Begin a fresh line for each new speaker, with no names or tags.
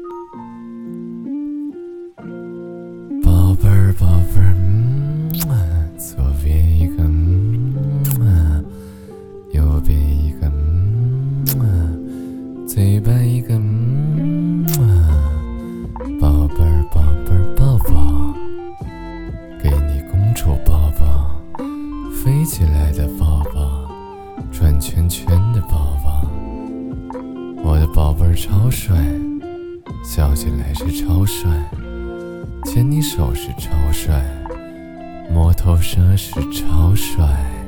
宝贝儿，宝贝儿，左边一个右边一个嘴巴一个宝贝儿，宝贝儿，抱抱，给你公主抱抱，飞起来的抱抱，转圈圈的抱抱。我的宝贝儿超帅，笑起来是超帅，牵你手是超帅，摸头杀是超帅。